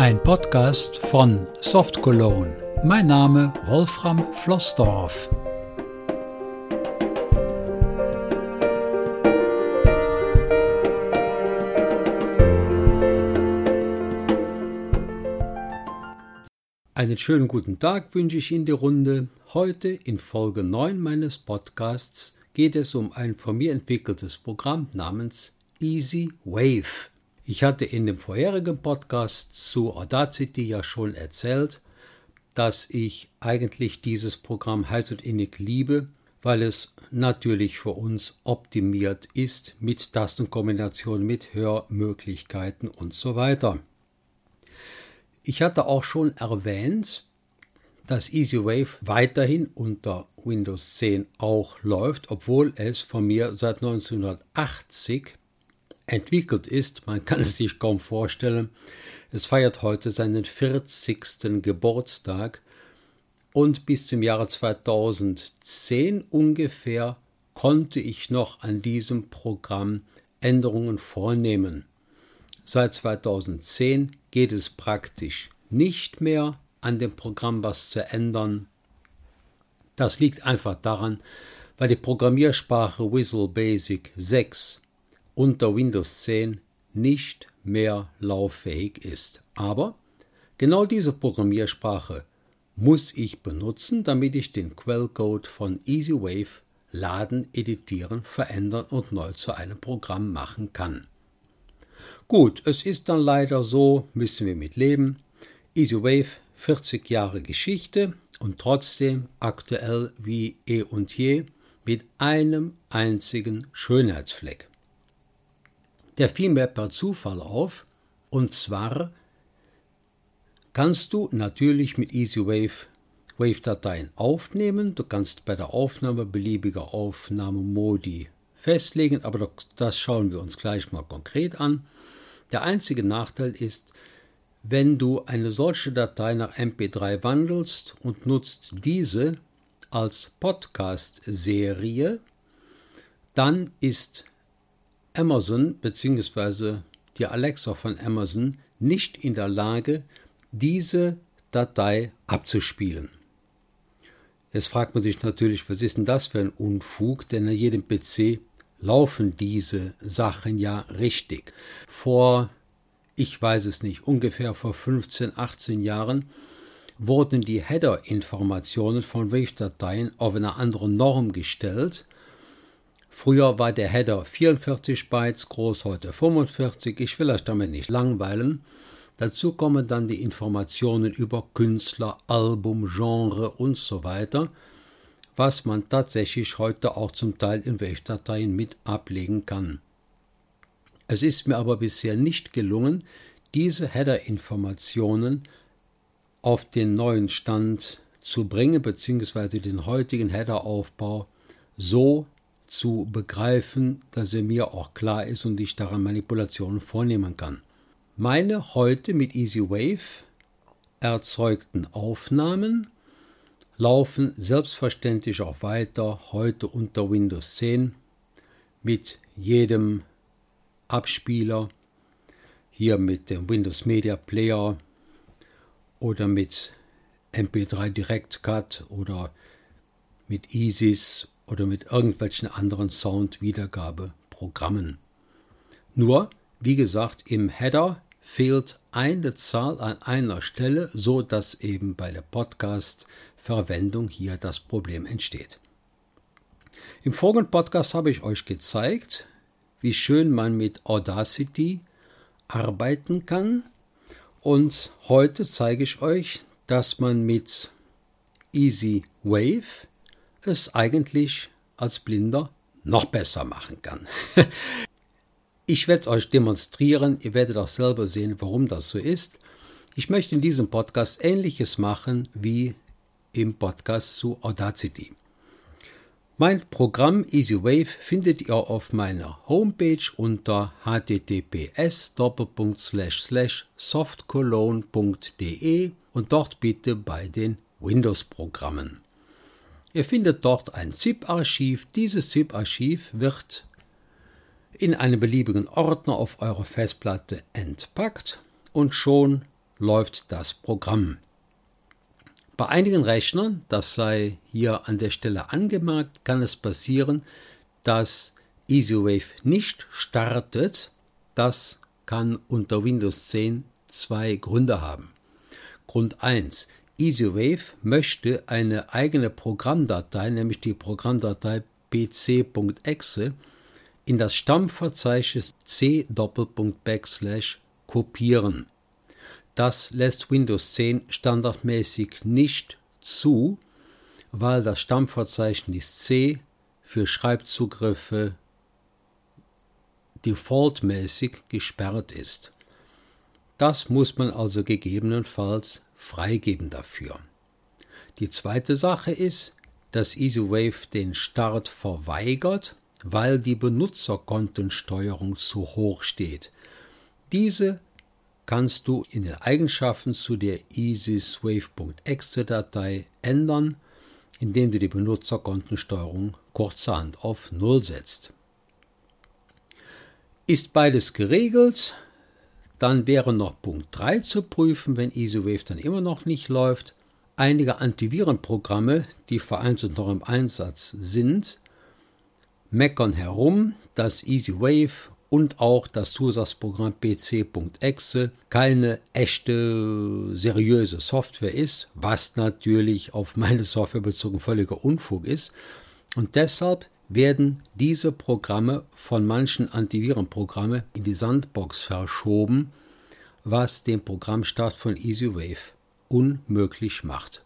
Ein Podcast von Soft Cologne. Mein Name Wolfram Flossdorf. Einen schönen guten Tag wünsche ich in die Runde. Heute in Folge 9 meines Podcasts geht es um ein von mir entwickeltes Programm namens Easy Wave. Ich hatte in dem vorherigen Podcast zu Audacity ja schon erzählt, dass ich eigentlich dieses Programm heiß und innig liebe, weil es natürlich für uns optimiert ist mit Tastenkombinationen, mit Hörmöglichkeiten und so weiter. Ich hatte auch schon erwähnt, dass Easy Wave weiterhin unter Windows 10 auch läuft, obwohl es von mir seit 1980 entwickelt ist. Man kann es sich kaum vorstellen. Es feiert heute seinen 40. Geburtstag und bis zum Jahre 2010 ungefähr konnte ich noch an diesem Programm Änderungen vornehmen. Seit 2010 geht es praktisch nicht mehr, an dem Programm was zu ändern. Das liegt einfach daran, weil die Programmiersprache Visual Basic 6 unter Windows 10 nicht mehr lauffähig ist. Aber genau diese Programmiersprache muss ich benutzen, damit ich den Quellcode von Easy Wave laden, editieren, verändern und neu zu einem Programm machen kann. Gut, es ist dann leider so, müssen wir mit leben. Easy Wave, 40 Jahre Geschichte und trotzdem aktuell wie eh und je mit einem einzigen Schönheitsfleck. Der fiel mir per Zufall auf, und zwar kannst du natürlich mit Easy Wave Wave-Dateien aufnehmen. Du kannst bei der Aufnahme beliebige Aufnahmemodi festlegen, aber das schauen wir uns gleich mal konkret an. Der einzige Nachteil ist, wenn du eine solche Datei nach MP3 wandelst und nutzt diese als Podcast-Serie, dann ist Amazon bzw. die Alexa von Amazon nicht in der Lage, diese Datei abzuspielen. Jetzt fragt man sich natürlich, was ist denn das für ein Unfug, denn an jedem PC laufen diese Sachen ja richtig. Ungefähr vor 15, 18 Jahren wurden die Header-Informationen von Wave-Dateien auf eine andere Norm gestellt. Früher war der Header 44 Bytes groß, heute 45. Ich will euch damit nicht langweilen. Dazu kommen dann die Informationen über Künstler, Album, Genre und so weiter, was man tatsächlich heute auch zum Teil in Wave-Dateien mit ablegen kann. Es ist mir aber bisher nicht gelungen, diese Header-Informationen auf den neuen Stand zu bringen, beziehungsweise den heutigen Header-Aufbau so zu begreifen, dass er mir auch klar ist und ich daran Manipulationen vornehmen kann. Meine heute mit Easy Wave erzeugten Aufnahmen laufen selbstverständlich auch weiter heute unter Windows 10 mit jedem Abspieler, hier mit dem Windows Media Player oder mit MP3 Direct Cut oder mit Easys oder mit irgendwelchen anderen Soundwiedergabeprogrammen. Nur, wie gesagt, im Header fehlt eine Zahl an einer Stelle, so dass eben bei der Podcast-Verwendung hier das Problem entsteht. Im folgenden Podcast habe ich euch gezeigt, wie schön man mit Audacity arbeiten kann, und heute zeige ich euch, dass man mit Easy Wave es eigentlich als Blinder noch besser machen kann. Ich werde es euch demonstrieren, ihr werdet auch selber sehen, warum das so ist. Ich möchte in diesem Podcast Ähnliches machen wie im Podcast zu Audacity. Mein Programm Easy Wave findet ihr auf meiner Homepage unter https://softcologne.de und dort bitte bei den Windows-Programmen. Ihr findet dort ein ZIP-Archiv. Dieses ZIP-Archiv wird in einen beliebigen Ordner auf eurer Festplatte entpackt und schon läuft das Programm. Bei einigen Rechnern, das sei hier an der Stelle angemerkt, kann es passieren, dass EasyWave nicht startet. Das kann unter Windows 10 zwei Gründe haben. Grund 1. EasyWave möchte eine eigene Programmdatei, nämlich die Programmdatei pc.exe, in das Stammverzeichnis c:// kopieren. Das lässt Windows 10 standardmäßig nicht zu, weil das Stammverzeichnis C für Schreibzugriffe defaultmäßig gesperrt ist. Das muss man also gegebenenfalls freigeben dafür. Die zweite Sache ist, dass EasyWave den Start verweigert, weil die Benutzerkontensteuerung zu hoch steht. Diese kannst du in den Eigenschaften zu der easyswave.exe-Datei ändern, indem du die Benutzerkontensteuerung kurzerhand auf 0 setzt. Ist beides geregelt, dann wäre noch Punkt 3 zu prüfen, wenn EasyWave dann immer noch nicht läuft. Einige Antivirenprogramme, die vereinzelt noch im Einsatz sind, meckern herum, dass EasyWave und auch das Zusatzprogramm pc.exe keine echte, seriöse Software ist, was natürlich auf meine Software bezogen völliger Unfug ist. Und deshalb werden diese Programme von manchen Antivirenprogrammen in die Sandbox verschoben, was den Programmstart von EasyWave unmöglich macht.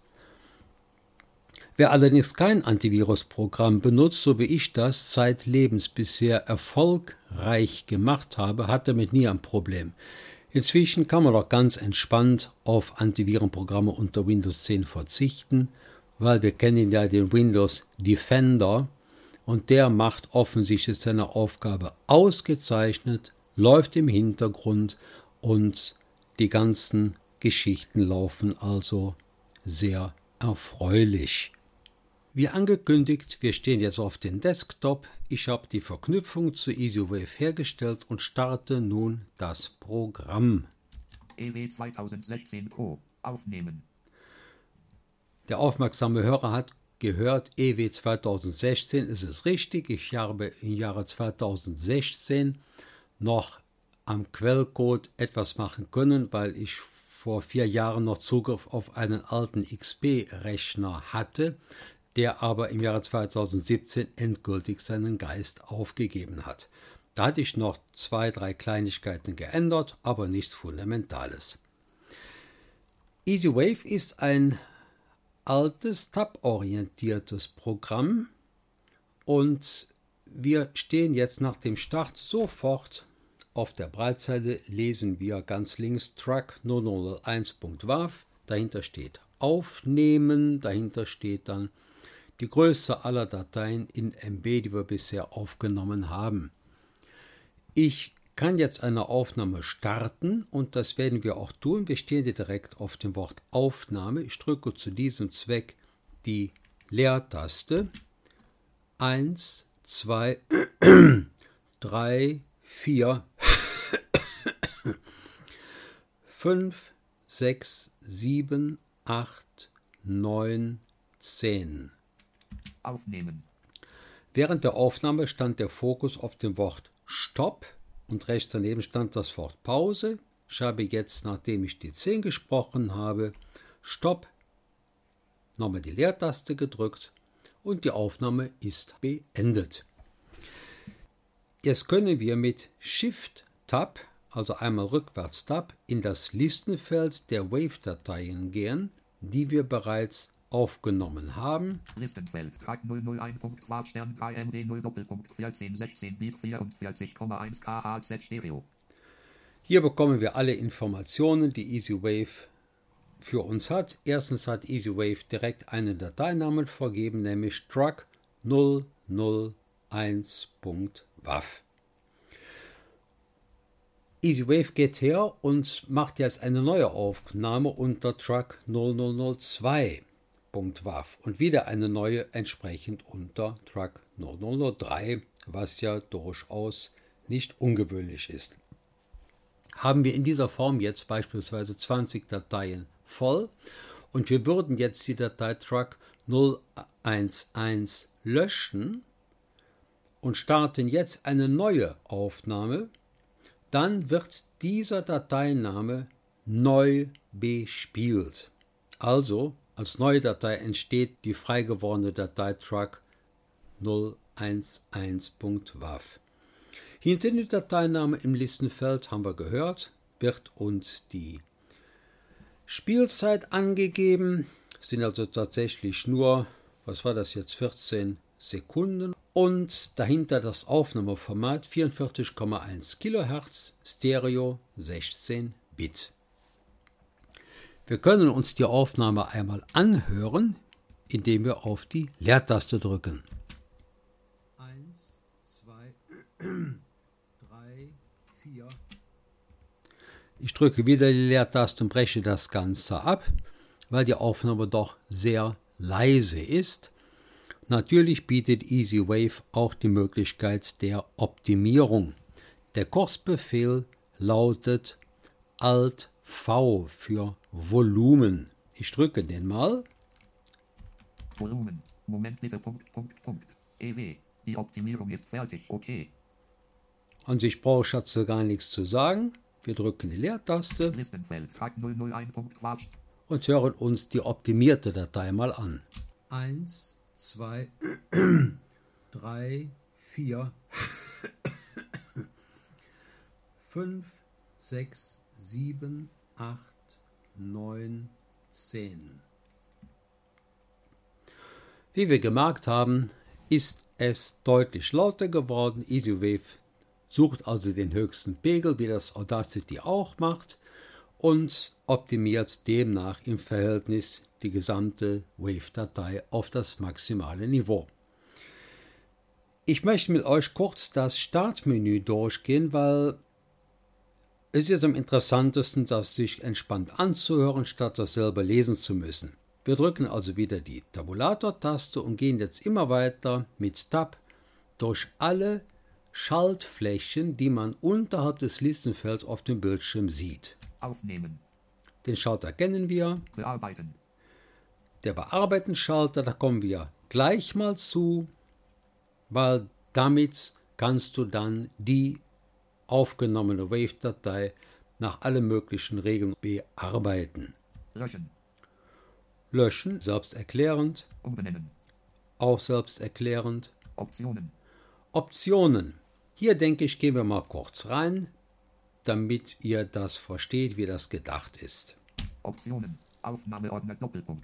Wer allerdings kein Antivirusprogramm benutzt, so wie ich das zeitlebens bisher erfolgreich gemacht habe, hat damit nie ein Problem. Inzwischen kann man doch ganz entspannt auf Antivirenprogramme unter Windows 10 verzichten, weil wir kennen ja den Windows Defender und der macht offensichtlich seine Aufgabe ausgezeichnet, läuft im Hintergrund und die ganzen Geschichten laufen also sehr erfreulich. Wie angekündigt, wir stehen jetzt auf dem Desktop. Ich habe die Verknüpfung zu EasyWave hergestellt und starte nun das Programm. EW 2016 Pro. Aufnehmen. Der aufmerksame Hörer hat gehört, EW 2016 ist es richtig. Ich habe im Jahre 2016 noch am Quellcode etwas machen können, weil ich vor 4 Jahren noch Zugriff auf einen alten XP-Rechner hatte, der aber im Jahre 2017 endgültig seinen Geist aufgegeben hat. Da hatte ich noch 2, 3 Kleinigkeiten geändert, aber nichts Fundamentales. EasyWave ist ein altes, tab-orientiertes Programm und wir stehen jetzt nach dem Start sofort auf der Breitseite, lesen wir ganz links Truck 001.wav, dahinter steht Aufnehmen, dahinter steht dann die Größe aller Dateien in MB, die wir bisher aufgenommen haben. Ich kann jetzt eine Aufnahme starten und das werden wir auch tun. Wir stehen hier direkt auf dem Wort Aufnahme. Ich drücke zu diesem Zweck die Leertaste 1, 2, 3, 4, 5, 6, 7, 8, 9, 10. Aufnehmen. Während der Aufnahme stand der Fokus auf dem Wort Stopp und rechts daneben stand das Wort Pause. Ich habe jetzt, nachdem ich die 10 gesprochen habe, Stopp, nochmal die Leertaste gedrückt und die Aufnahme ist beendet. Jetzt können wir mit Shift-Tab, also einmal Rückwärts-Tab, in das Listenfeld der Wave-Dateien gehen, die wir bereits aufgenommen haben. Listenfeld Track 001.wav Stern KMD 0 Doppelpunkt 14 16 Bit 44,1 KHZ Stereo. Hier bekommen wir alle Informationen, die EasyWave für uns hat. Erstens hat EasyWave direkt einen Dateinamen vergeben, nämlich Truck 001.wav. EasyWave geht her und macht jetzt eine neue Aufnahme unter Truck 0002.wav und wieder eine neue entsprechend unter Truck 0003, was ja durchaus nicht ungewöhnlich ist. haben wir in dieser Form jetzt beispielsweise 20 Dateien voll und wir würden jetzt die Datei Truck 011 löschen und starten jetzt eine neue Aufnahme, dann wird dieser Dateiname neu bespielt. Also als neue Datei entsteht die frei gewordene Datei Truck 011.wav. Hinter dem Dateiname im Listenfeld, haben wir gehört, wird uns die Spielzeit angegeben. Es sind also tatsächlich nur, 14 Sekunden. Und dahinter das Aufnahmeformat 44,1 kHz, Stereo 16 Bit. Wir können uns die Aufnahme einmal anhören, indem wir auf die Leertaste drücken. 1, 2, 3, 4. Ich drücke wieder die Leertaste und breche das Ganze ab, weil die Aufnahme doch sehr leise ist. Natürlich bietet EasyWave auch die Möglichkeit der Optimierung. Der Kurzbefehl lautet Alt-V für Volumen. Ich drücke den mal. Volumen. Moment bitte. EW. Die Optimierung ist fertig. Okay. An sich brauche ich dazu gar nichts zu sagen. Wir drücken die Leertaste Listenfeld. Track 001. und hören uns die optimierte Datei mal an. 1, 2, 3, 4, 5, 6, 7, 8, 9, 10. Wie wir gemerkt haben, ist es deutlich lauter geworden. EasyWave sucht also den höchsten Pegel, wie das Audacity auch macht, und optimiert demnach im Verhältnis die gesamte Wave-Datei auf das maximale Niveau. Ich möchte mit euch kurz das Startmenü durchgehen, weil es ist am interessantesten, das sich entspannt anzuhören, statt das selber lesen zu müssen. Wir drücken also wieder die Tabulator-Taste und gehen jetzt immer weiter mit Tab durch alle Schaltflächen, die man unterhalb des Listenfelds auf dem Bildschirm sieht. Aufnehmen. Den Schalter kennen wir. Bearbeiten. Der Bearbeiten-Schalter, da kommen wir gleich mal zu, weil damit kannst du dann die aufgenommene Wave-Datei nach allen möglichen Regeln bearbeiten. Löschen. Löschen, selbsterklärend. Umbenennen. Auch selbsterklärend. Optionen. Optionen. Hier denke ich, gehen wir mal kurz rein, damit ihr das versteht, wie das gedacht ist. Optionen. Aufnahmeordner Doppelpunkt.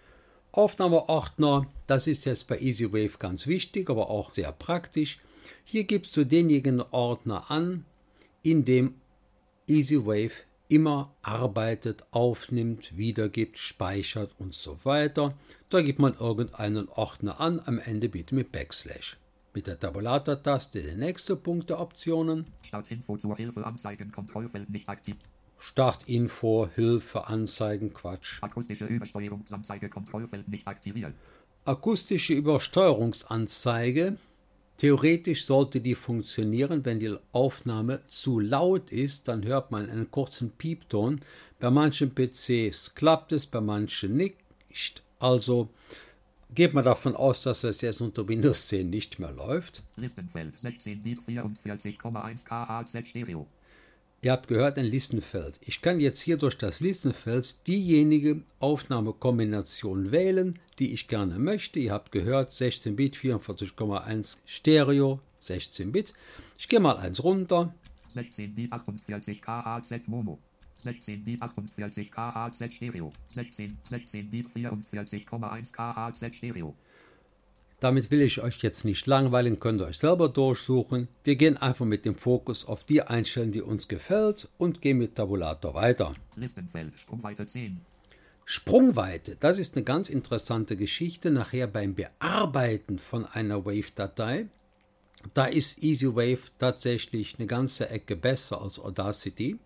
Aufnahmeordner, das ist jetzt bei EasyWave ganz wichtig, aber auch sehr praktisch. Hier gibst du denjenigen Ordner an, in dem EasyWave immer arbeitet, aufnimmt, wiedergibt, speichert und so weiter. Da gibt man irgendeinen Ordner an, am Ende bitte mit Backslash. Mit der Tabulator-Taste der nächste Punkt der Optionen. Startinfo zur Hilfe anzeigen, Kontrollfeld nicht aktiv. Startinfo, Hilfe, Anzeigen, Quatsch. Akustische Übersteuerungsanzeige, Kontrollfeld nicht aktiviert. Akustische Übersteuerungsanzeige. Theoretisch sollte die funktionieren, wenn die Aufnahme zu laut ist, dann hört man einen kurzen Piepton. Bei manchen PCs klappt es, bei manchen nicht. Also geht man davon aus, dass das jetzt unter Windows 10 nicht mehr läuft. Listenfeld 16 Bit 44,1 kHz Stereo. Ihr habt gehört, ein Listenfeld. Ich kann jetzt hier durch das Listenfeld diejenige Aufnahmekombination wählen, die ich gerne möchte. Ihr habt gehört, 16 Bit, 44,1 Stereo, 16 Bit. Ich gehe mal eins runter. 16 Bit 48 kHz Mono. 16 Bit 48 kHz Stereo. 16 Bit 44,1 kHz Stereo. Damit will ich euch jetzt nicht langweilen, könnt ihr euch selber durchsuchen. Wir gehen einfach mit dem Fokus auf die Einstellung, die uns gefällt, und gehen mit Tabulator weiter. Listenfeld, Sprungweite 10. Sprungweite, das ist eine ganz interessante Geschichte. Nachher beim Bearbeiten von einer Wave-Datei, da ist EasyWave tatsächlich eine ganze Ecke besser als Audacity.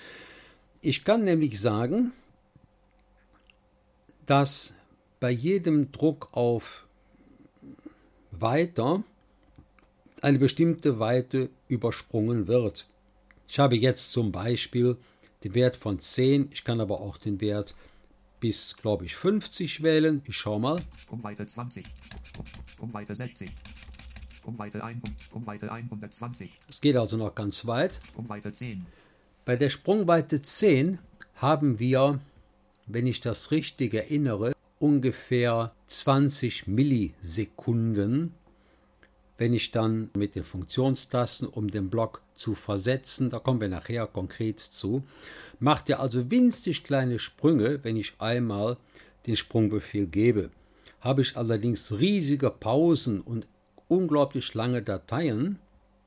Ich kann nämlich sagen, dass bei jedem Druck auf Weiter eine bestimmte Weite übersprungen wird. Ich habe jetzt zum Beispiel den Wert von 10, ich kann aber auch den Wert bis, glaube ich, 50 wählen. Ich schaue mal. Sprungweite 20, Sprungweite 60, Sprungweite 120, Es geht also noch ganz weit. Sprungweite 10, Bei der Sprungweite 10 haben wir, wenn ich das richtig erinnere, ungefähr 20 Millisekunden, wenn ich dann mit den Funktionstasten, um den Block zu versetzen, da kommen wir nachher konkret zu, macht er also winzig kleine Sprünge, wenn ich einmal den Sprungbefehl gebe. Habe ich allerdings riesige Pausen und unglaublich lange Dateien,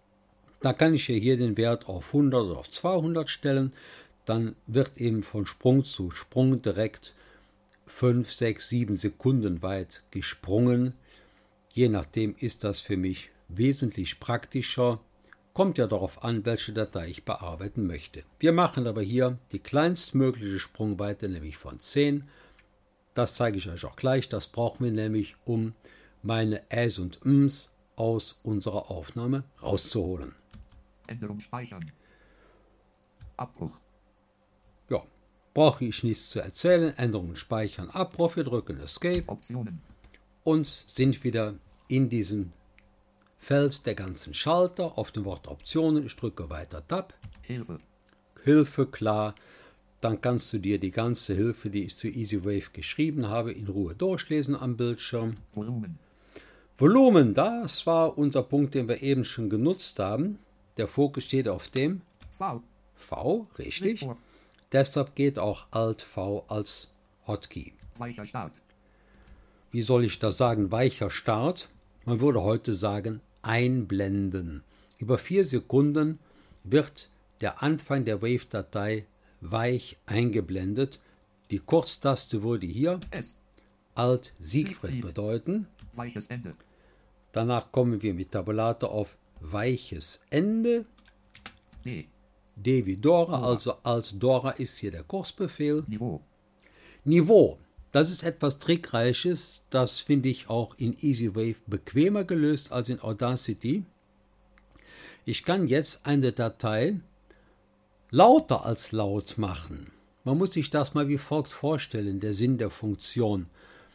da kann ich hier den Wert auf 100 oder auf 200 stellen, dann wird eben von Sprung zu Sprung direkt 5, 6, 7 Sekunden weit gesprungen. Je nachdem ist das für mich wesentlich praktischer. Kommt ja darauf an, welche Datei ich bearbeiten möchte. Wir machen aber hier die kleinstmögliche Sprungweite, nämlich von 10. Das zeige ich euch auch gleich. Das brauchen wir nämlich, um meine Äs und Ms aus unserer Aufnahme rauszuholen. Änderung speichern, Abbruch, Ja, brauche ich nichts zu erzählen. Änderungen speichern, Abbruch. Wir drücken Escape Optionen, und sind wieder in diesem Feld der ganzen Schalter auf dem Wort Optionen. Ich drücke weiter Tab. Hilfe, Hilfe, klar. Dann kannst du dir die ganze Hilfe, die ich zu EasyWave geschrieben habe, in Ruhe durchlesen am Bildschirm. Volumen, Volumen, das war unser Punkt, den wir eben schon genutzt haben. Der Fokus steht auf dem V, V, richtig. Vor, Deshalb geht auch Alt-V als Hotkey. weicher Start, Wie soll ich das sagen? Weicher Start. Man würde heute sagen einblenden. Über 4 Sekunden wird der Anfang der Wave-Datei weich eingeblendet. Die Kurztaste würde hier S, Alt Siegfried bedeuten. weiches Ende, Danach kommen wir mit Tabulator auf weiches Ende. D, D wie Dora, also Alt Dora ist hier der Kurzbefehl. Niveau, Niveau. Das ist etwas Trickreiches. Das finde ich auch in EasyWave bequemer gelöst als in Audacity. Ich kann jetzt eine Datei lauter als laut machen. Man muss sich das mal wie folgt vorstellen, der Sinn der Funktion.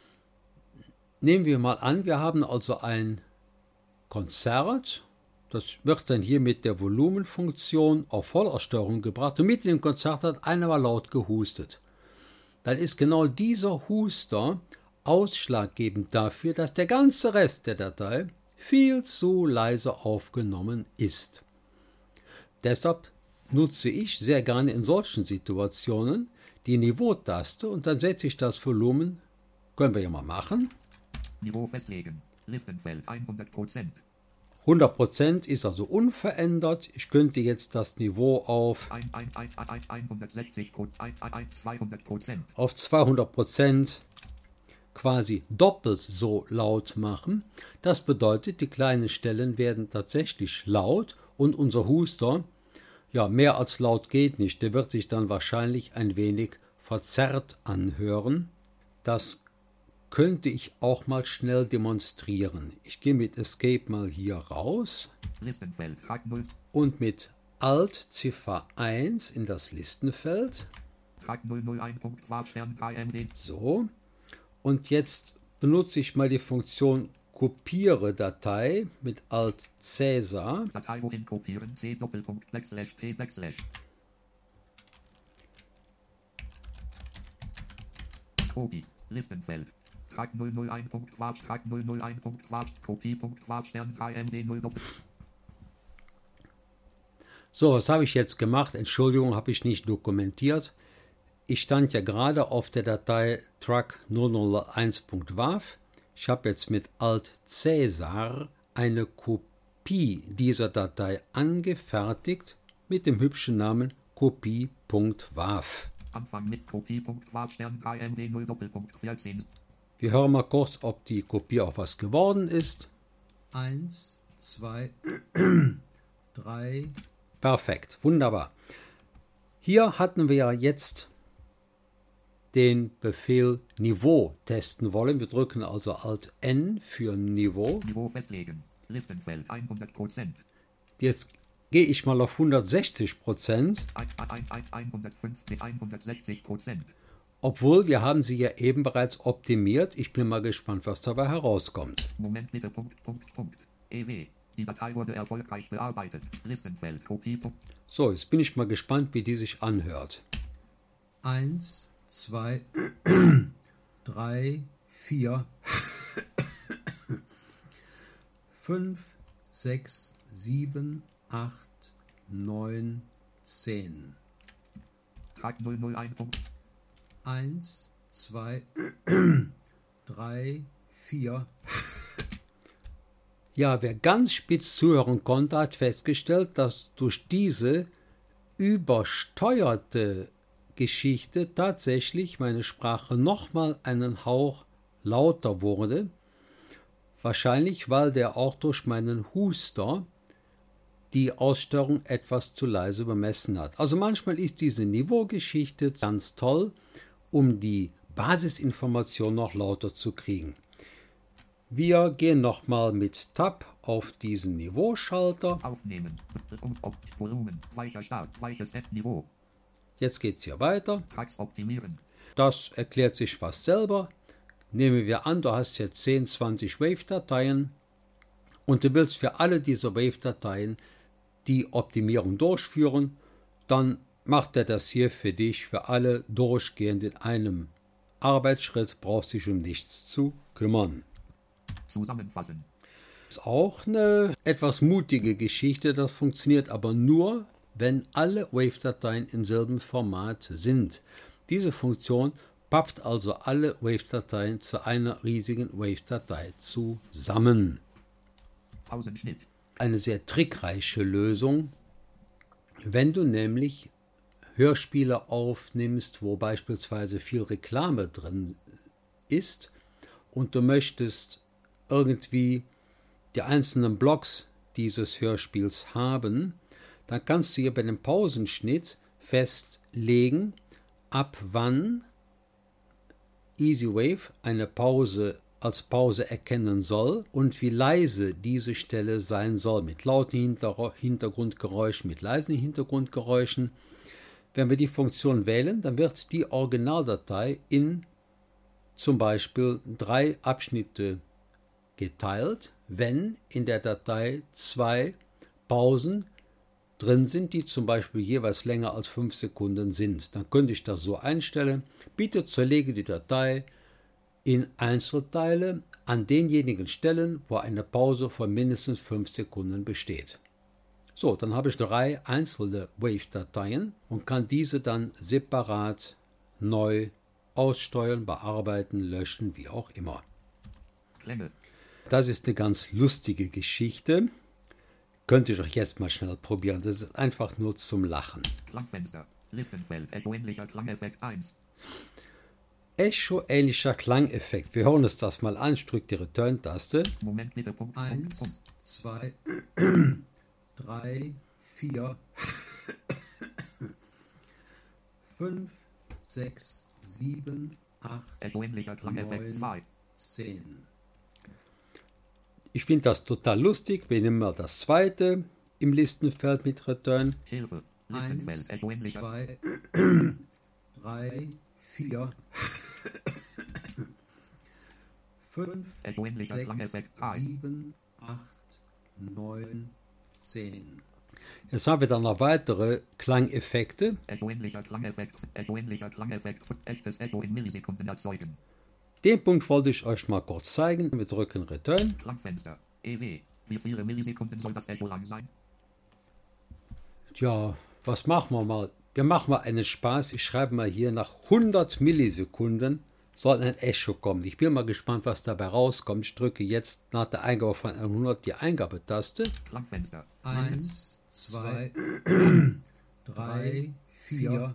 Nehmen wir mal an, wir haben also ein Konzert. Das wird dann hier mit der Volumenfunktion auf Vollaussteuerung gebracht. Und mitten im Konzert hat einer mal laut gehustet. Dann ist genau dieser Huster ausschlaggebend dafür, dass der ganze Rest der Datei viel zu leise aufgenommen ist. Deshalb nutze ich sehr gerne in solchen Situationen die Niveautaste und dann setze ich das Volumen, können wir ja mal machen. Niveau festlegen, Listenfeld 100%, 100% ist also unverändert. Ich könnte jetzt das Niveau auf 160, 200%, auf 200% quasi doppelt so laut machen. Das bedeutet, die kleinen Stellen werden tatsächlich laut und unser Huster, ja, mehr als laut geht nicht. Der wird sich dann wahrscheinlich ein wenig verzerrt anhören. Das könnte ich auch mal schnell demonstrieren. Ich gehe mit Escape mal hier raus Listenfeld, Tag 0, und mit Alt Ziffer 1 in das Listenfeld. Tag 001. Stern KMD, So, und jetzt benutze ich mal die Funktion Kopiere Datei mit Alt Cäsar. Datei wohin kopieren, C Doppelpunkt, Backslash, P Backslash. Kopie, Listenfeld. Tag 001. Tag 001. Kopie. Stern KMD 0 Doppel. So, was habe ich jetzt gemacht? Entschuldigung, habe ich nicht dokumentiert. Ich stand ja gerade auf der Datei truck 001.wav. Ich habe jetzt mit Alt Cäsar eine Kopie dieser Datei angefertigt mit dem hübschen Namen Kopie.wav. Anfang mit Kopie. Stern KMD 0 Doppelpunkt 14. Wir hören mal kurz, ob die Kopie auch was geworden ist. 1, 2, 3. Perfekt, wunderbar. Hier hatten wir ja jetzt den Befehl Niveau testen wollen. Wir drücken also Alt N für Niveau. Niveau festlegen. Listenfeld 100%. Jetzt gehe ich mal auf 160%, 160%. obwohl wir haben sie ja eben bereits optimiert. Ich bin mal gespannt, was dabei herauskommt. Moment bitte, EW. Die Datei wurde erfolgreich bearbeitet. Listenfeld, Kopie. So, jetzt bin ich mal gespannt, wie die sich anhört. 1, 2, 3, 4, 5, 6, 7, 8, 9, 10. Trag 001. 1, 2, 3, 4. Ja, wer ganz spitz zuhören konnte, hat festgestellt, dass durch diese übersteuerte Geschichte tatsächlich meine Sprache nochmal einen Hauch lauter wurde. Wahrscheinlich, weil der auch durch meinen Huster die Aussteuerung etwas zu leise bemessen hat. Also manchmal ist diese Niveaugeschichte ganz toll, um die Basisinformation noch lauter zu kriegen. Wir gehen nochmal mit Tab auf diesen Niveauschalter. Aufnehmen. Volumen. Weicher Start. Weiches Niveau. Jetzt geht es hier weiter. Tracks optimieren. Das erklärt sich fast selber. Nehmen wir an, du hast jetzt 10, 20 Wave-Dateien und du willst für alle diese Wave-Dateien die Optimierung durchführen. Dann macht er das hier für dich, für alle durchgehend in einem Arbeitsschritt, brauchst dich um nichts zu kümmern. Zusammenfassen. Das ist auch eine etwas mutige Geschichte, das funktioniert aber nur, wenn alle Wave-Dateien im selben Format sind. Diese Funktion pappt also alle Wave-Dateien zu einer riesigen Wave-Datei zusammen. Pausenschnitt. Eine sehr trickreiche Lösung, wenn du nämlich Hörspiele aufnimmst, wo beispielsweise viel Reklame drin ist und du möchtest irgendwie die einzelnen Blocks dieses Hörspiels haben, dann kannst du hier bei dem Pausenschnitt festlegen, ab wann EasyWave eine Pause als Pause erkennen soll und wie leise diese Stelle sein soll, mit lauten Hintergrundgeräuschen, mit leisen Hintergrundgeräuschen. Wenn wir die Funktion wählen, dann wird die Originaldatei in zum Beispiel 3 Abschnitte geteilt, wenn in der Datei 2 Pausen drin sind, die zum Beispiel jeweils länger als 5 Sekunden sind. Dann könnte ich das so einstellen. Bitte zerlege die Datei in Einzelteile an denjenigen Stellen, wo eine Pause von mindestens 5 Sekunden besteht. So, dann habe ich 3 einzelne Wave-Dateien und kann diese dann separat neu aussteuern, bearbeiten, löschen, wie auch immer. Klänge. Das ist eine ganz lustige Geschichte. Könnt ihr euch jetzt mal schnell probieren. Das ist einfach nur zum Lachen. Klangfenster. Listenfeld. Echo-ähnlicher Klangeffekt 1. Echo-ähnlicher Klangeffekt. Wir hören uns das mal an. Ich drücke die Return-Taste. Moment bitte. 1, 2, 3, 4, 5, 6, 7, 8, Echo-ähnlicher Klangeffekt 2. 10. Ich finde das total lustig. Wir nehmen mal das zweite im Listenfeld mit Return. Hilfe. Listenfeld. 1, Echo-ähnlicher. 2, 3, 4, 5, Echo-ähnlicher 6, Klangeffekt 3. 7, 8, 9, 10. Jetzt haben wir dann noch weitere Klangeffekte. Echo-ähnlicher Klangeffekt. Echo-ähnlicher Klangeffekt. Echtes Echo in Millisekunden erzeugen. Den Punkt wollte ich euch mal kurz zeigen. Wir drücken Return. Klangfenster. EW. Wie viele Millisekunden soll das Echo lang sein? Ja, was machen wir mal? Wir machen mal einen Spaß. Ich schreibe mal hier, nach 100 Millisekunden soll ein Echo kommen. Ich bin mal gespannt, was dabei rauskommt. Ich drücke jetzt nach der Eingabe von 100 die Eingabetaste. Klangfenster. 1, 2, 3, 4,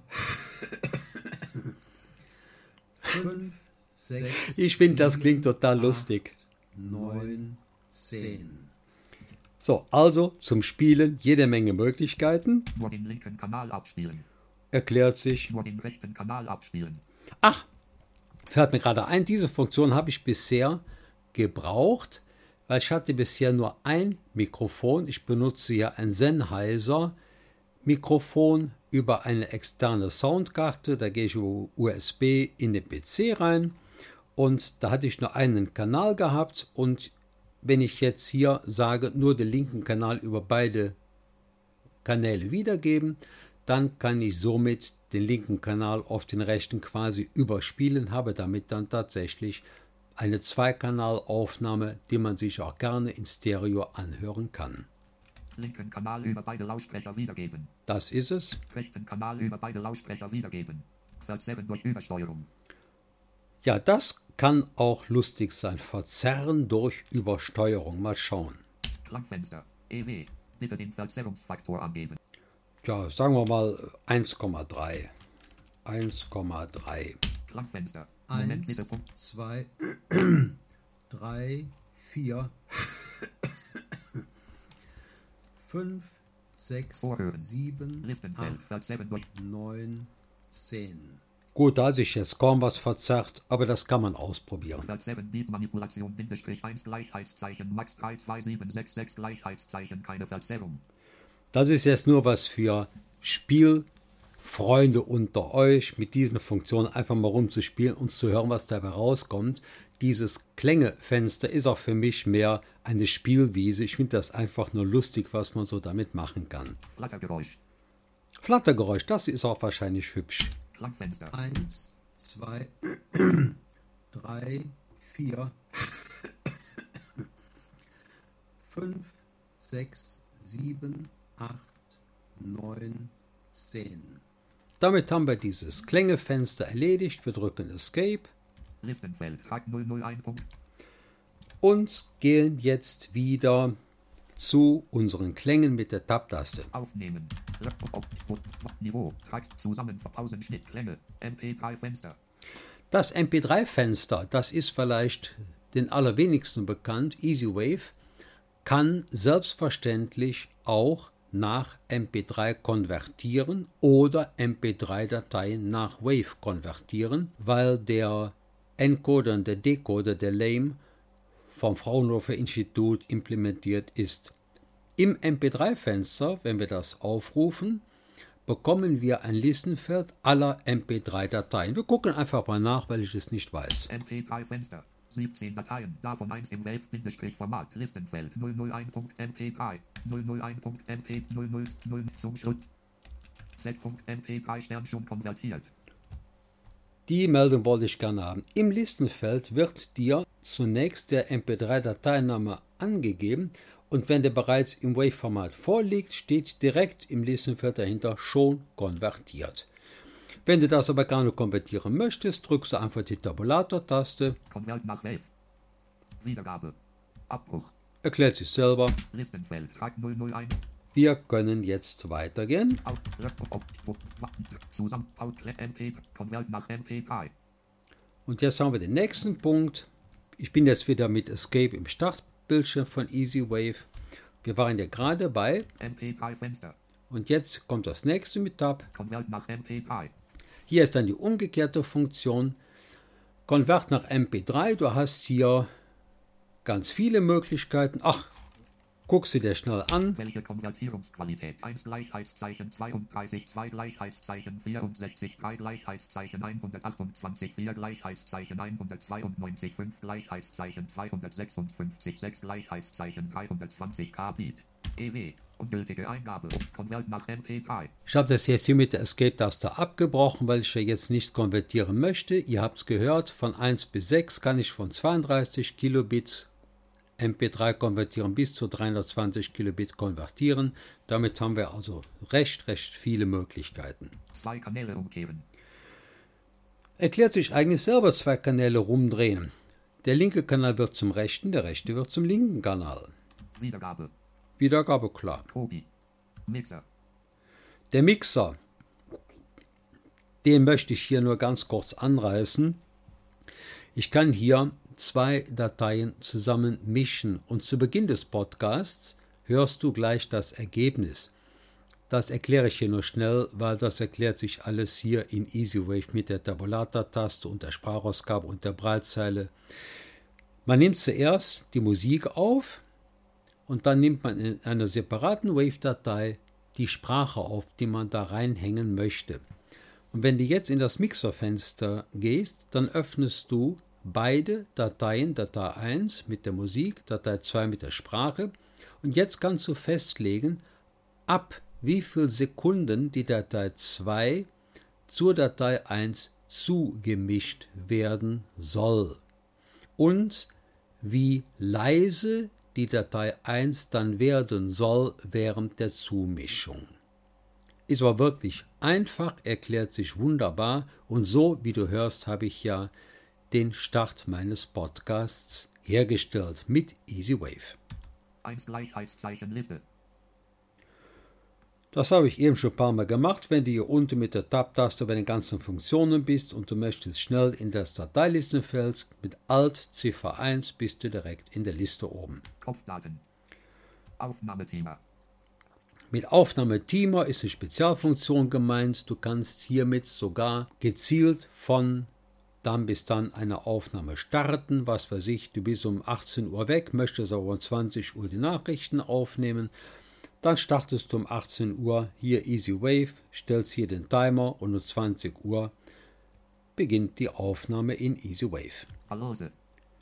5, 6. Ich finde, das klingt total lustig. 9, 10. So, also zum Spielen jede Menge Möglichkeiten. Nur den linken Kanal abspielen. Erklärt sich. Nur den rechten Kanal abspielen. Ach, fällt mir gerade ein, diese Funktion habe ich bisher gebraucht, weil ich hatte bisher nur ein Mikrofon. Ich benutze ja ein Sennheiser Mikrofon über eine externe Soundkarte. Da gehe ich über USB in den PC rein und da hatte ich nur einen Kanal gehabt, und wenn ich jetzt hier sage, nur den linken Kanal über beide Kanäle wiedergeben, dann kann ich somit den linken Kanal auf den rechten quasi überspielen, habe damit dann tatsächlich eine Zweikanalaufnahme, die man sich auch gerne in Stereo anhören kann. Linken Kanal über beide Lautsprecher wiedergeben. Das ist es. Rechten Kanal über beide Lautsprecher wiedergeben. Verzerren durch Übersteuerung. Ja, das kann auch lustig sein. Verzerren durch Übersteuerung. Mal schauen. Klangfenster. EW. Bitte den Verzerrungsfaktor angeben. Ja, sagen wir mal 1,3. 1,3. Klangfenster. Moment bitte. 2, 3, 4, 5, 6, Vorhören. 7, Listenfeld. 8, Verzerren durch 9, 10. Gut, da hat sich jetzt kaum was verzerrt, aber das kann man ausprobieren. Verzerren Beat-Manipulation -1 Gleichheitszeichen Max 32766 Gleichheitszeichen keine Verzerrung. Das ist jetzt nur was für Spielfreunde unter euch, mit diesen Funktionen einfach mal rumzuspielen und zu hören, was dabei rauskommt. Dieses Klängefenster ist auch für mich mehr eine Spielwiese. Ich finde das einfach nur lustig, was man so damit machen kann. Flattergeräusch. Flattergeräusch, das ist auch wahrscheinlich hübsch. Klangfenster. 1, 2, 3, 4, 5, 6, 7, 8, 9, 10. Damit haben wir dieses Klängefenster erledigt. Wir drücken Escape Listenfeld. Tag 001. und gehen jetzt wieder zu unseren Klängen mit der Tab-Taste. Aufnehmen. Niveau. Tag zusammen. Pausenschnitt. Klänge. MP3 Fenster. Das MP3-Fenster, das ist vielleicht den allerwenigsten bekannt. EasyWave kann selbstverständlich auch nach MP3 konvertieren oder MP3-Dateien nach Wave konvertieren, weil der Encoder und der Decoder, der LAME, vom Fraunhofer Institut implementiert ist. Im MP3-Fenster, wenn wir das aufrufen, bekommen wir ein Listenfeld aller MP3-Dateien. Wir gucken einfach mal nach, weil ich es nicht weiß. MP3 Fenster. 17 Dateien, davon 1 im Wave-Format, Listenfeld 001.mp3, 001.mp 00 zum Schluss. Z.mp3 Stern schon konvertiert. Die Meldung wollte ich gerne haben. Im Listenfeld wird dir zunächst der MP3-Dateiname angegeben und wenn der bereits im Wave-Format vorliegt, steht direkt im Listenfeld dahinter schon konvertiert. Wenn du das aber gerne konvertieren möchtest, drückst du einfach die Tabulator-Taste. Konvert nach Wave. Wiedergabe. Abbruch. Erklärt sich selber. Listenfeld. Tag 001. Wir können jetzt weitergehen. Zusammen. MP. Konvert nach MP3. Und jetzt haben wir den nächsten Punkt. Ich bin jetzt wieder mit Escape im Startbildschirm von EasyWave. Wir waren ja gerade bei MP3 Fenster. Und jetzt kommt das nächste mit Tab. Konvert nach MP3. Hier ist dann die umgekehrte Funktion. Konvert nach MP3. Du hast hier ganz viele Möglichkeiten. Ach, guck sie dir schnell an. Welche Konvertierungsqualität? 1 Gleichheitszeichen 32, 2 Gleichheitszeichen 64, 3 Gleichheitszeichen 128, 4 Gleichheitszeichen 192, 5 Gleichheitszeichen 256, 6 Gleichheitszeichen 320 Kbit. EW. Ungültige Eingabe. Konvert nach MP3. Ich habe das jetzt hier mit der Escape-Taste abgebrochen, weil ich ja jetzt nicht konvertieren möchte. Ihr habt es gehört, von 1 bis 6 kann ich von 32 Kilobit MP3 konvertieren bis zu 320 Kilobit konvertieren. Damit haben wir also recht viele Möglichkeiten. 2 Kanäle umkehren. Erklärt sich eigentlich selber, 2 Kanäle rumdrehen. Der linke Kanal wird zum rechten, der rechte wird zum linken Kanal. Wiedergabe. Wiedergabe klar. Tobi. Mixer. Der Mixer, den möchte ich hier nur ganz kurz anreißen. Ich kann hier 2 Dateien zusammen mischen und zu Beginn des Podcasts hörst du gleich das Ergebnis. Das erkläre ich hier nur schnell, weil das erklärt sich alles hier in EasyWave mit der Tabulator-Taste und der Sprachausgabe und der Breitzeile. Man nimmt zuerst die Musik auf und dann nimmt man in einer separaten Wave-Datei die Sprache auf, die man da reinhängen möchte. Und wenn du jetzt in das Mixerfenster gehst, dann öffnest du beide Dateien, Datei 1 mit der Musik, Datei 2 mit der Sprache. Und jetzt kannst du festlegen, ab wie viel Sekunden die Datei 2 zur Datei 1 zugemischt werden soll. Und wie leise die Datei 1 dann werden soll während der Zumischung. Ist aber wirklich einfach, erklärt sich wunderbar und so, wie du hörst, habe ich ja den Start meines Podcasts hergestellt mit EasyWave. 1 Gleichheitszeichen Liste. Das habe ich eben schon ein paar Mal gemacht. Wenn du hier unten mit der Tab-Taste bei den ganzen Funktionen bist und du möchtest schnell in das Dateilistenfeld mit Alt Ziffer 1 bist du direkt in der Liste oben. Kopfdaten. Aufnahmethema. Mit Aufnahmethema ist eine Spezialfunktion gemeint. Du kannst hiermit sogar gezielt von dann bis dann eine Aufnahme starten. Was weiß ich, du bist um 18 Uhr weg, möchtest aber um 20 Uhr die Nachrichten aufnehmen. Dann startest du um 18 Uhr hier EasyWave, stellst hier den Timer und um 20 Uhr beginnt die Aufnahme in EasyWave. Balance.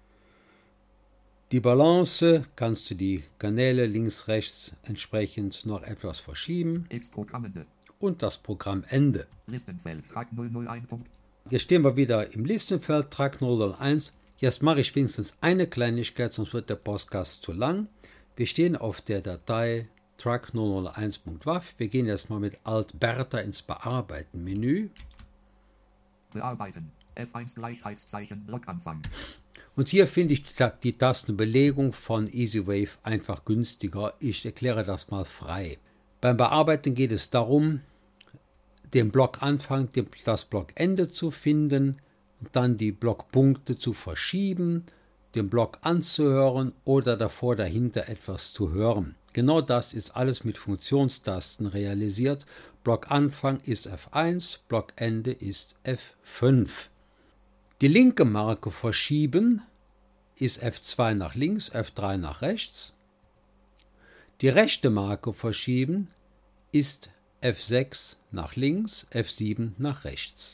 Die Balance kannst du die Kanäle links, rechts entsprechend noch etwas verschieben. X-Programmende. Und das Programmende. Listenfeld, Track 001. Jetzt stehen wir wieder im Listenfeld, Track 001. Jetzt mache ich wenigstens eine Kleinigkeit, sonst wird der Podcast zu lang. Wir stehen auf der Datei Track 001.wav. Wir gehen jetzt mal mit Alt Bertha ins Bearbeiten-Menü. Bearbeiten. F1 Gleichheitszeichen Blockanfang. Und hier finde ich die Tastenbelegung von EasyWave einfach günstiger. Ich erkläre das mal frei. Beim Bearbeiten geht es darum, den Blockanfang, das Blockende zu finden, dann die Blockpunkte zu verschieben, den Block anzuhören oder davor dahinter etwas zu hören. Genau das ist alles mit Funktionstasten realisiert. Blockanfang ist F1, Blockende ist F5. Die linke Marke verschieben ist F2 nach links, F3 nach rechts. Die rechte Marke verschieben ist F6 nach links, F7 nach rechts.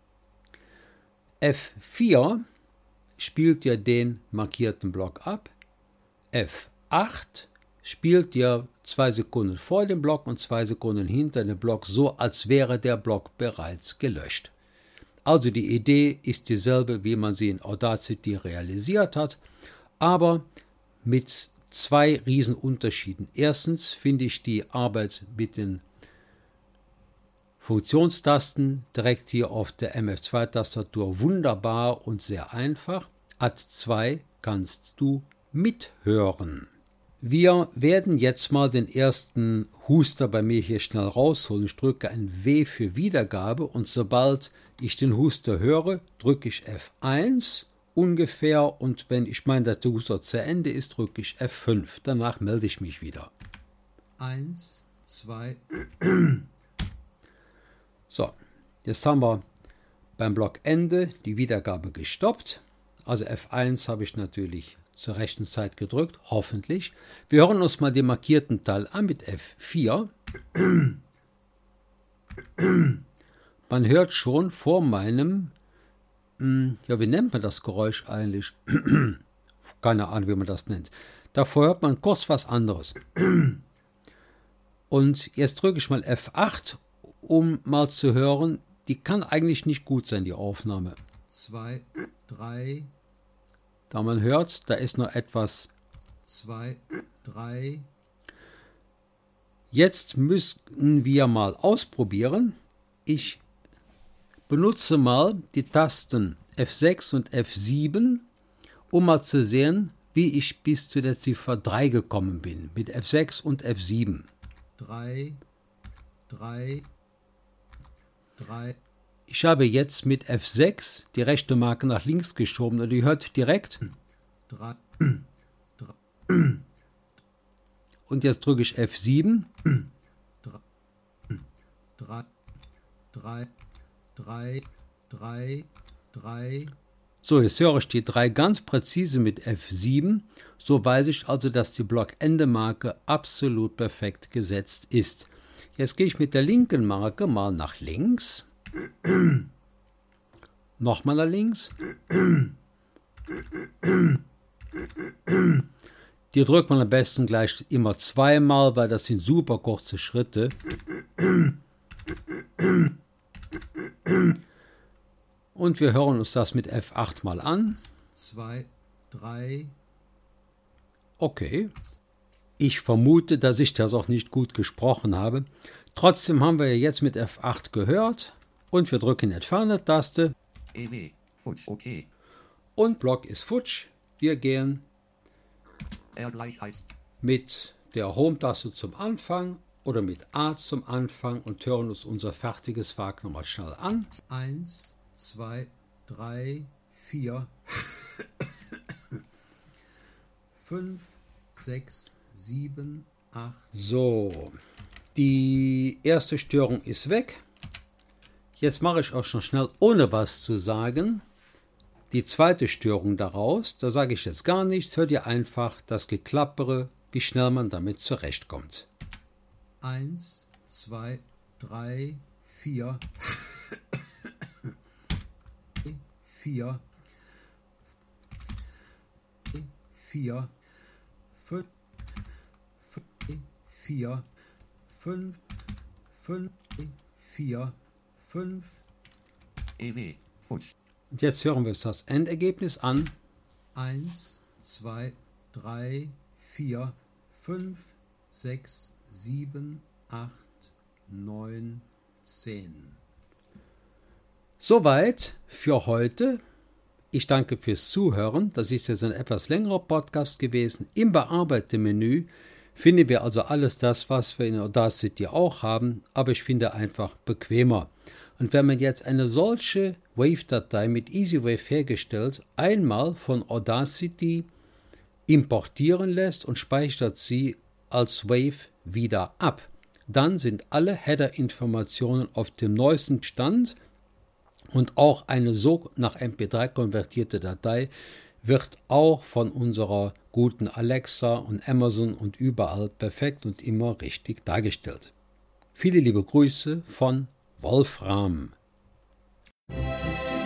F4 spielt ja den markierten Block ab. F8 spielt ja 2 Sekunden vor dem Block und 2 Sekunden hinter dem Block, so als wäre der Block bereits gelöscht. Also die Idee ist dieselbe, wie man sie in Audacity realisiert hat, aber mit 2 Riesenunterschieden. Erstens finde ich die Arbeit mit den Funktionstasten direkt hier auf der MF2-Tastatur wunderbar und sehr einfach. Ad 2 kannst du mithören. Wir werden jetzt mal den ersten Huster bei mir hier schnell rausholen. Ich drücke ein W für Wiedergabe und sobald ich den Huster höre, drücke ich F1 ungefähr und wenn ich meine, dass der Huster zu Ende ist, drücke ich F5. Danach melde ich mich wieder. 1, 2. So, jetzt haben wir beim Blockende die Wiedergabe gestoppt. Also F1 habe ich natürlich zur rechten Zeit gedrückt, hoffentlich. Wir hören uns mal den markierten Teil an mit F4. Man hört schon vor meinem, ja, wie nennt man das Geräusch eigentlich? Keine Ahnung, wie man das nennt. Davor hört man kurz was anderes. Und jetzt drücke ich mal F8, um mal zu hören, die kann eigentlich nicht gut sein, die Aufnahme. 2, 3. Da man hört, da ist noch etwas. 2, 3. Jetzt müssen wir mal ausprobieren. Ich benutze mal die Tasten F6 und F7, um mal zu sehen, wie ich bis zu der Ziffer 3 gekommen bin. Mit F6 und F7. 3, 3, 3. Ich habe jetzt mit F6 die rechte Marke nach links geschoben und ihr hört direkt 3, 3. Und jetzt drücke ich F7 3, 3, 3, 3, 3, So, jetzt höre ich die 3 ganz präzise mit F7. So weiß ich also, dass die Blockendemarke absolut perfekt gesetzt ist. Jetzt gehe ich mit der linken Marke mal nach links. Nochmal nach links. Die drückt man am besten gleich immer zweimal, weil das sind super kurze Schritte. Und wir hören uns das mit F8 mal an. 2, 3. Okay. Ich vermute, dass ich das auch nicht gut gesprochen habe. Trotzdem haben wir jetzt mit F8 gehört. Und wir drücken Entfernen-Taste. EW, futsch, okay. Und Block ist futsch. Wir gehen R gleich heißt. mit der Home-Taste zum Anfang oder mit A zum Anfang und hören uns unser fertiges Werk nochmal schnell an. 1, 2, 3, 4, 5, 6, 7, 8. So, die erste Störung ist weg. Jetzt mache ich auch schon schnell, ohne was zu sagen, die zweite Störung daraus. Da sage ich jetzt gar nichts, hört ihr einfach das Geklappere, wie schnell man damit zurechtkommt. 1, 2, 3, 4, 4, 4, 5, 4, 5, 5, 4, 5. EW, futsch. Und jetzt hören wir uns das Endergebnis an. 1, 2, 3, 4, 5, 6, 7, 8, 9, 10. Soweit für heute. Ich danke fürs Zuhören. Das ist jetzt ein etwas längerer Podcast gewesen. Im Bearbeite-Menü finden wir also alles das, was wir in Audacity auch haben, aber ich finde einfach bequemer. Und wenn man jetzt eine solche Wave-Datei mit EasyWave hergestellt, einmal von Audacity importieren lässt und speichert sie als Wave wieder ab, dann sind alle Header-Informationen auf dem neuesten Stand und auch eine so nach MP3 konvertierte Datei wird auch von unserer guten Alexa und Amazon und überall perfekt und immer richtig dargestellt. Viele liebe Grüße von Wolfram.